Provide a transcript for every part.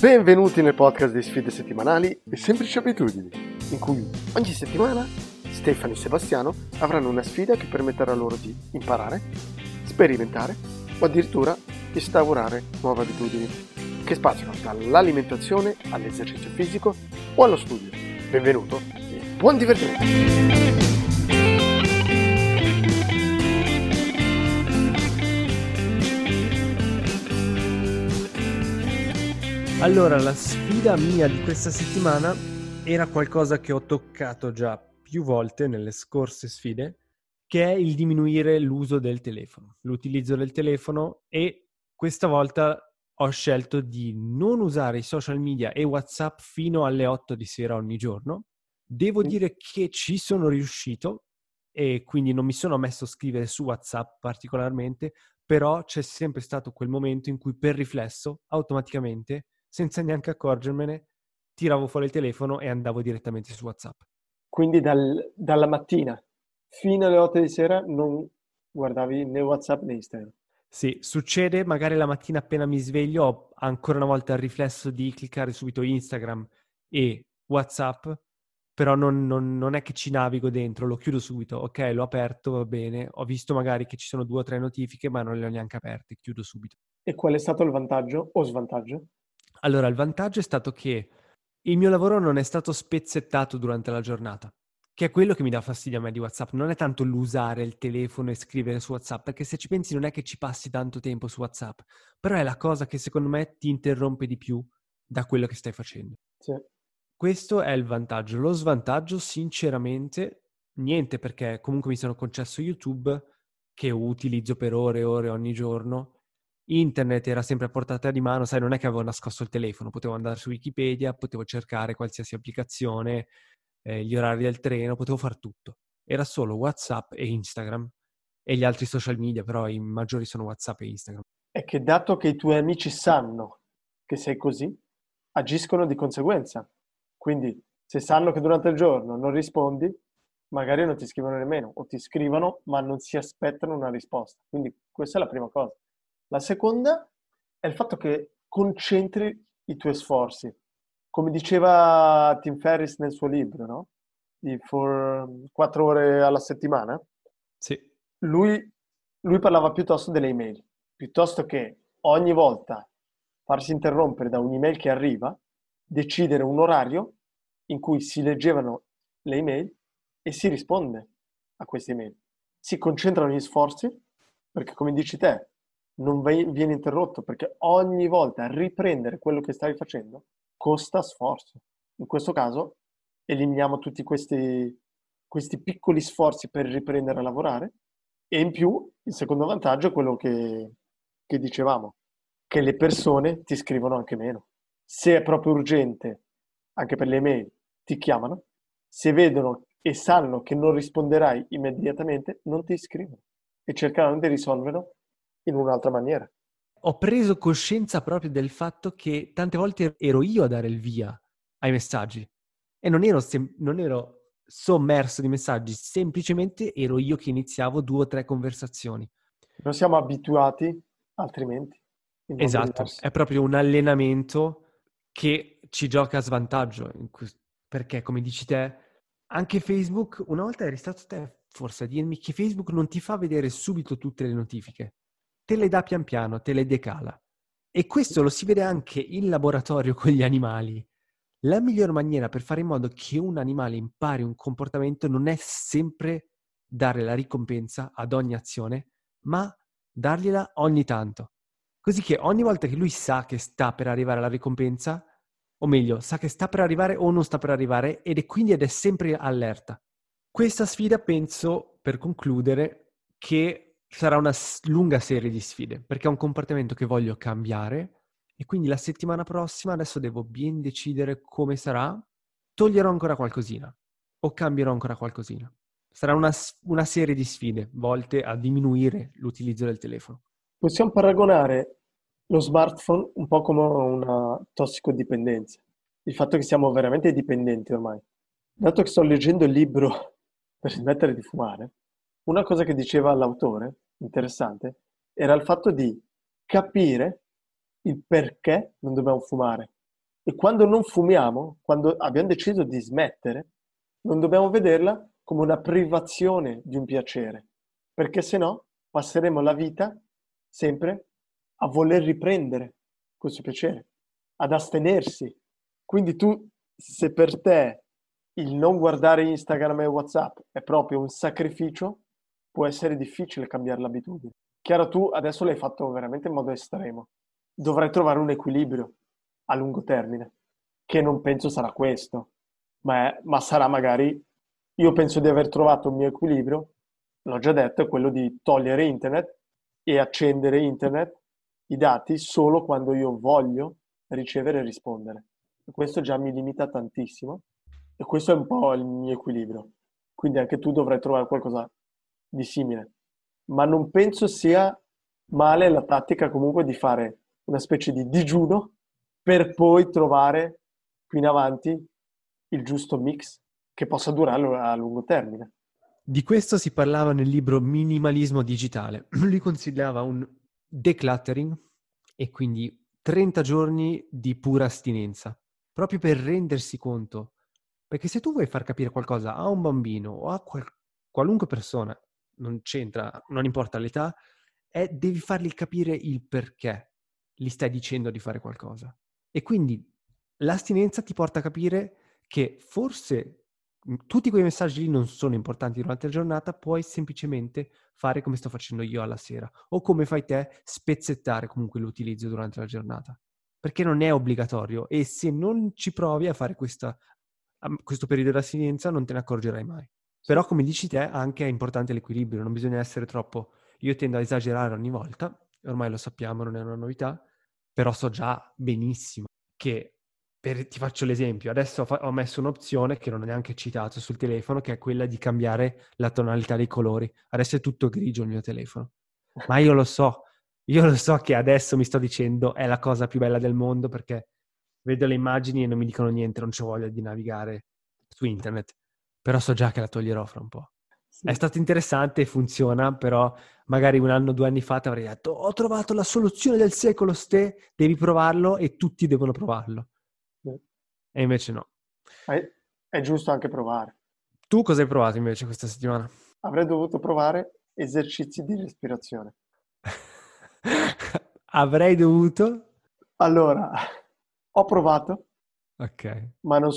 Benvenuti nel podcast di sfide settimanali e semplici abitudini, in cui ogni settimana Stefano e Sebastiano avranno una sfida che permetterà loro di imparare, sperimentare o addirittura instaurare nuove abitudini che spaziano dall'alimentazione all'esercizio fisico o allo studio. Benvenuto e buon divertimento! Allora, la sfida mia di questa settimana era qualcosa che ho toccato già più volte nelle scorse sfide, che è il diminuire l'uso del telefono, l'utilizzo del telefono, e questa volta ho scelto di non usare i social media e WhatsApp fino alle 8 di sera ogni giorno. Devo dire che ci sono riuscito e quindi non mi sono messo a scrivere su WhatsApp particolarmente, però c'è sempre stato quel momento in cui per riflesso, automaticamente, senza neanche accorgermene, tiravo fuori il telefono e andavo direttamente su WhatsApp. Quindi dalla mattina fino alle 8 di sera non guardavi né WhatsApp né Instagram? Sì, succede magari la mattina appena mi sveglio, ho ancora una volta il riflesso di cliccare subito Instagram e WhatsApp, però non è che ci navigo dentro, lo chiudo subito. Ok, l'ho aperto, va bene, ho visto magari che ci sono 2 o 3 notifiche, ma non le ho neanche aperte, chiudo subito. E qual è stato il vantaggio o svantaggio? Allora, il vantaggio è stato che il mio lavoro non è stato spezzettato durante la giornata, che è quello che mi dà fastidio a me di WhatsApp. Non è tanto l'usare il telefono e scrivere su WhatsApp, perché se ci pensi non è che ci passi tanto tempo su WhatsApp, però è la cosa che secondo me ti interrompe di più da quello che stai facendo. Sì. Questo è il vantaggio. Lo svantaggio, sinceramente, niente, perché comunque mi sono concesso YouTube, che utilizzo per ore e ore ogni giorno. Internet era sempre a portata di mano, sai, non è che avevo nascosto il telefono, potevo andare su Wikipedia, potevo cercare qualsiasi applicazione, gli orari del treno, potevo far tutto. Era solo WhatsApp e Instagram e gli altri social media, però i maggiori sono WhatsApp e Instagram. È che dato che i tuoi amici sanno che sei così, agiscono di conseguenza. Quindi se sanno che durante il giorno non rispondi, magari non ti scrivono nemmeno, o ti scrivono ma non si aspettano una risposta. Quindi questa è la prima cosa. La seconda è il fatto che concentri i tuoi sforzi. Come diceva Tim Ferriss nel suo libro, no? Di 4 ore alla settimana, Sì. lui parlava piuttosto delle email, piuttosto che ogni volta farsi interrompere da un'email che arriva, decidere un orario in cui si leggevano le email e si risponde a queste email. Si concentrano gli sforzi, perché come dici te, non viene interrotto, perché ogni volta riprendere quello che stavi facendo costa sforzo. In questo caso eliminiamo tutti questi piccoli sforzi per riprendere a lavorare, e in più il secondo vantaggio è quello che dicevamo, che le persone ti scrivono anche meno. Se è proprio urgente, anche per le email, ti chiamano. Se vedono e sanno che non risponderai immediatamente, non ti scrivono e cercheranno di risolverlo in un'altra maniera. Ho preso coscienza proprio del fatto che tante volte ero io a dare il via ai messaggi e non ero sommerso di messaggi, semplicemente ero io che iniziavo 2 o 3 conversazioni. Non siamo abituati altrimenti, in modo Esatto, diverso. è proprio un allenamento che ci gioca a svantaggio, perché come dici te, anche Facebook, una volta eri stato te forse a dirmi che Facebook non ti fa vedere subito tutte le notifiche, te le dà pian piano, te le decala. E questo lo si vede anche in laboratorio con gli animali. La miglior maniera per fare in modo che un animale impari un comportamento non è sempre dare la ricompensa ad ogni azione, ma dargliela ogni tanto. Così che ogni volta che lui sa che sta per arrivare alla ricompensa, o meglio, sa che sta per arrivare o non sta per arrivare, ed è sempre allerta. Questa sfida penso, per concludere, che sarà una lunga serie di sfide, perché è un comportamento che voglio cambiare, e quindi la settimana prossima adesso devo ben decidere come sarà, toglierò ancora qualcosina o cambierò ancora qualcosina. Sarà una serie di sfide volte a diminuire l'utilizzo del telefono. Possiamo paragonare lo smartphone un po' come una tossicodipendenza. Il fatto che siamo veramente dipendenti ormai. Dato che sto leggendo il libro per smettere di fumare, una cosa che diceva l'autore, interessante, era il fatto di capire il perché non dobbiamo fumare. E quando non fumiamo, quando abbiamo deciso di smettere, non dobbiamo vederla come una privazione di un piacere, perché se no passeremo la vita sempre a voler riprendere questo piacere, ad astenersi. Quindi tu, se per te il non guardare Instagram e WhatsApp è proprio un sacrificio, può essere difficile cambiare l'abitudine. Chiaro, tu adesso l'hai fatto veramente in modo estremo. Dovrai trovare un equilibrio a lungo termine, che non penso sarà questo, ma sarà magari, io penso di aver trovato un mio equilibrio, l'ho già detto, è quello di togliere internet e accendere internet, i dati, solo quando io voglio ricevere e rispondere. E questo già mi limita tantissimo e questo è un po' il mio equilibrio. Quindi anche tu dovrai trovare qualcosa di simile. Ma non penso sia male la tattica comunque di fare una specie di digiuno per poi trovare più in avanti il giusto mix che possa durare a lungo termine. Di questo si parlava nel libro Minimalismo digitale. Lui consigliava un decluttering e quindi 30 giorni di pura astinenza, proprio per rendersi conto. Perché se tu vuoi far capire qualcosa a un bambino o a qualunque persona, non c'entra, non importa l'età, devi fargli capire il perché gli stai dicendo di fare qualcosa. E quindi l'astinenza ti porta a capire che forse tutti quei messaggi lì non sono importanti durante la giornata, puoi semplicemente fare come sto facendo io alla sera o come fai te, spezzettare comunque l'utilizzo durante la giornata. Perché non è obbligatorio e se non ci provi a fare questo periodo di astinenza non te ne accorgerai mai. Però come dici te anche è importante l'equilibrio, non bisogna essere troppo... Io tendo a esagerare ogni volta, ormai lo sappiamo, non è una novità, però so già benissimo che, ti faccio l'esempio, adesso ho messo un'opzione che non ho neanche citato sul telefono, che è quella di cambiare la tonalità dei colori. Adesso è tutto grigio il mio telefono. Ma io lo so che adesso mi sto dicendo è la cosa più bella del mondo perché vedo le immagini e non mi dicono niente, non c'ho voglia di navigare su internet. Però so già che la toglierò fra un po'. Sì. È stato interessante e funziona, però magari 1 anno, 2 anni fa ti avrei detto ho trovato la soluzione del secolo, devi provarlo e tutti devono provarlo. E invece no. È giusto anche provare. Tu cosa hai provato invece questa settimana? Avrei dovuto provare esercizi di respirazione. Avrei dovuto? Allora, ho provato, Ok. ma non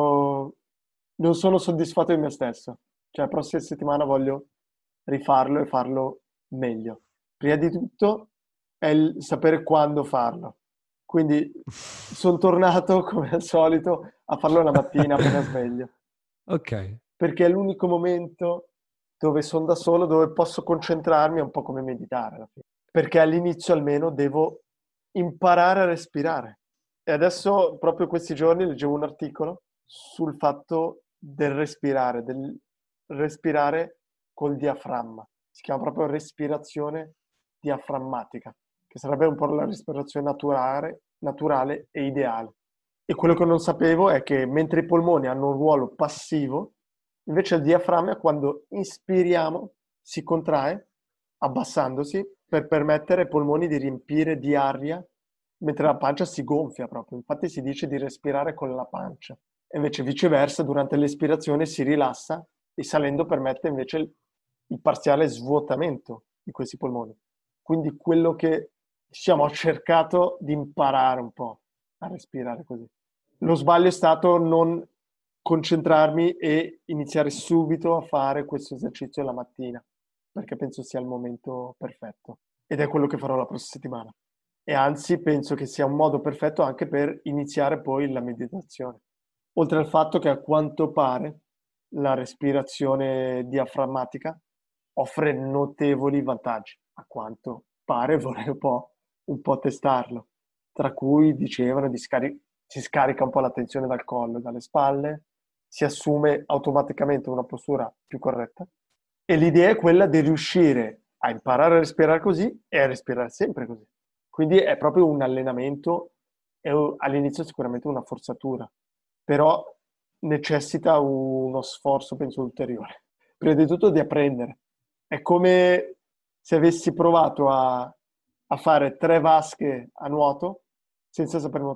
sono soddisfatto di me stesso. Cioè, la prossima settimana voglio rifarlo e farlo meglio. Prima di tutto è il sapere quando farlo. Quindi sono tornato, come al solito, a farlo la mattina appena sveglio. Ok. Perché è l'unico momento dove sono da solo, dove posso concentrarmi, è un po' come meditare alla fine. Perché all'inizio almeno devo imparare a respirare. E adesso, proprio questi giorni, leggevo un articolo sul fatto del respirare col diaframma. Si chiama proprio respirazione diaframmatica, che sarebbe un po' la respirazione naturale e ideale. E quello che non sapevo è che mentre i polmoni hanno un ruolo passivo, invece il diaframma quando inspiriamo si contrae abbassandosi per permettere ai polmoni di riempire di aria mentre la pancia si gonfia proprio. Infatti si dice di respirare con la pancia. E invece viceversa, durante l'espirazione si rilassa e salendo permette invece il parziale svuotamento di questi polmoni. Quindi quello che diciamo, ho cercato di imparare un po' a respirare così. Lo sbaglio è stato non concentrarmi e iniziare subito a fare questo esercizio la mattina, perché penso sia il momento perfetto. Ed è quello che farò la prossima settimana. E anzi, penso che sia un modo perfetto anche per iniziare poi la meditazione. Oltre al fatto che a quanto pare la respirazione diaframmatica offre notevoli vantaggi. A quanto pare vorrei un po' testarlo. Tra cui dicevano si scarica un po' la tensione dal collo e dalle spalle, si assume automaticamente una postura più corretta e l'idea è quella di riuscire a imparare a respirare così e a respirare sempre così. Quindi è proprio un allenamento e all'inizio sicuramente una forzatura, però necessita uno sforzo, penso, ulteriore. Prima di tutto di apprendere. È come se avessi provato a fare 3 vasche a nuoto senza saper nuotare.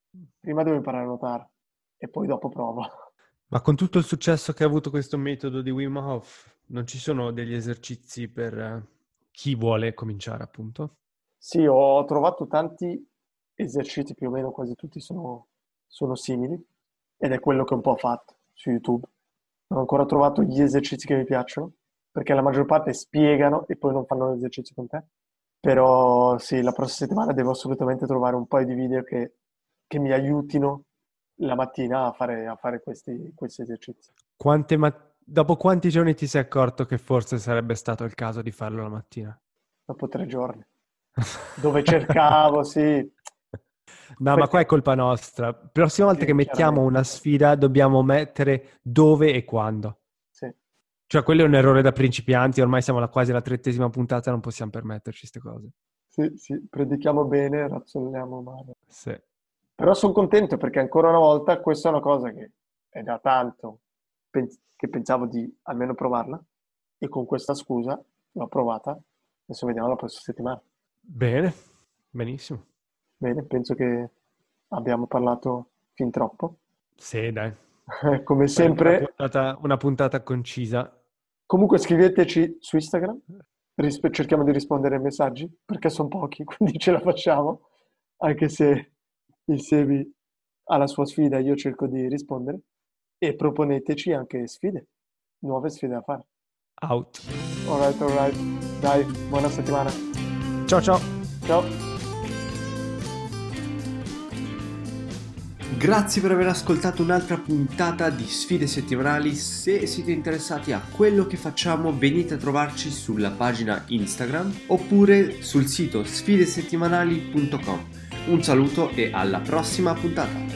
Prima devo imparare a nuotare e poi dopo provo. Ma con tutto il successo che ha avuto questo metodo di Wim Hof, non ci sono degli esercizi per chi vuole cominciare, appunto? Sì, ho trovato tanti esercizi, più o meno quasi tutti sono simili, ed è quello che un po' ho fatto su YouTube. Non ho ancora trovato gli esercizi che mi piacciono, perché la maggior parte spiegano e poi non fanno l'esercizio con te. Però sì, la prossima settimana devo assolutamente trovare un paio di video che mi aiutino la mattina a fare questi esercizi. Dopo quanti giorni ti sei accorto che forse sarebbe stato il caso di farlo la mattina? Dopo 3 giorni, dove cercavo, sì. No, ma qua è colpa nostra. Prossima volta che Sì, mettiamo chiaramente. una sfida dobbiamo mettere dove e quando. Sì, Cioè, quello è un errore da principianti, ormai siamo quasi alla 30ª puntata, non possiamo permetterci queste cose. sì, sì, predichiamo bene, razzoliamo male. Sì. Però sono contento perché ancora una volta questa è una cosa che è da tanto che pensavo di almeno provarla e con questa scusa l'ho provata. Adesso vediamo la prossima settimana. Bene, benissimo. Bene, penso che abbiamo parlato fin troppo. Sì, dai. Come sempre, Una puntata concisa. comunque scriveteci su Instagram, cerchiamo di rispondere ai messaggi perché sono pochi, quindi ce la facciamo, anche se il Sebi ha la sua sfida, io cerco di rispondere e proponeteci anche sfide, nuove sfide da fare. Out. Alright, alright. Dai, buona settimana. Ciao ciao. Ciao. Grazie per aver ascoltato un'altra puntata di Sfide Settimanali. Se siete interessati a quello che facciamo, venite a trovarci sulla pagina Instagram oppure sul sito sfidesettimanali.com. Un saluto e alla prossima puntata!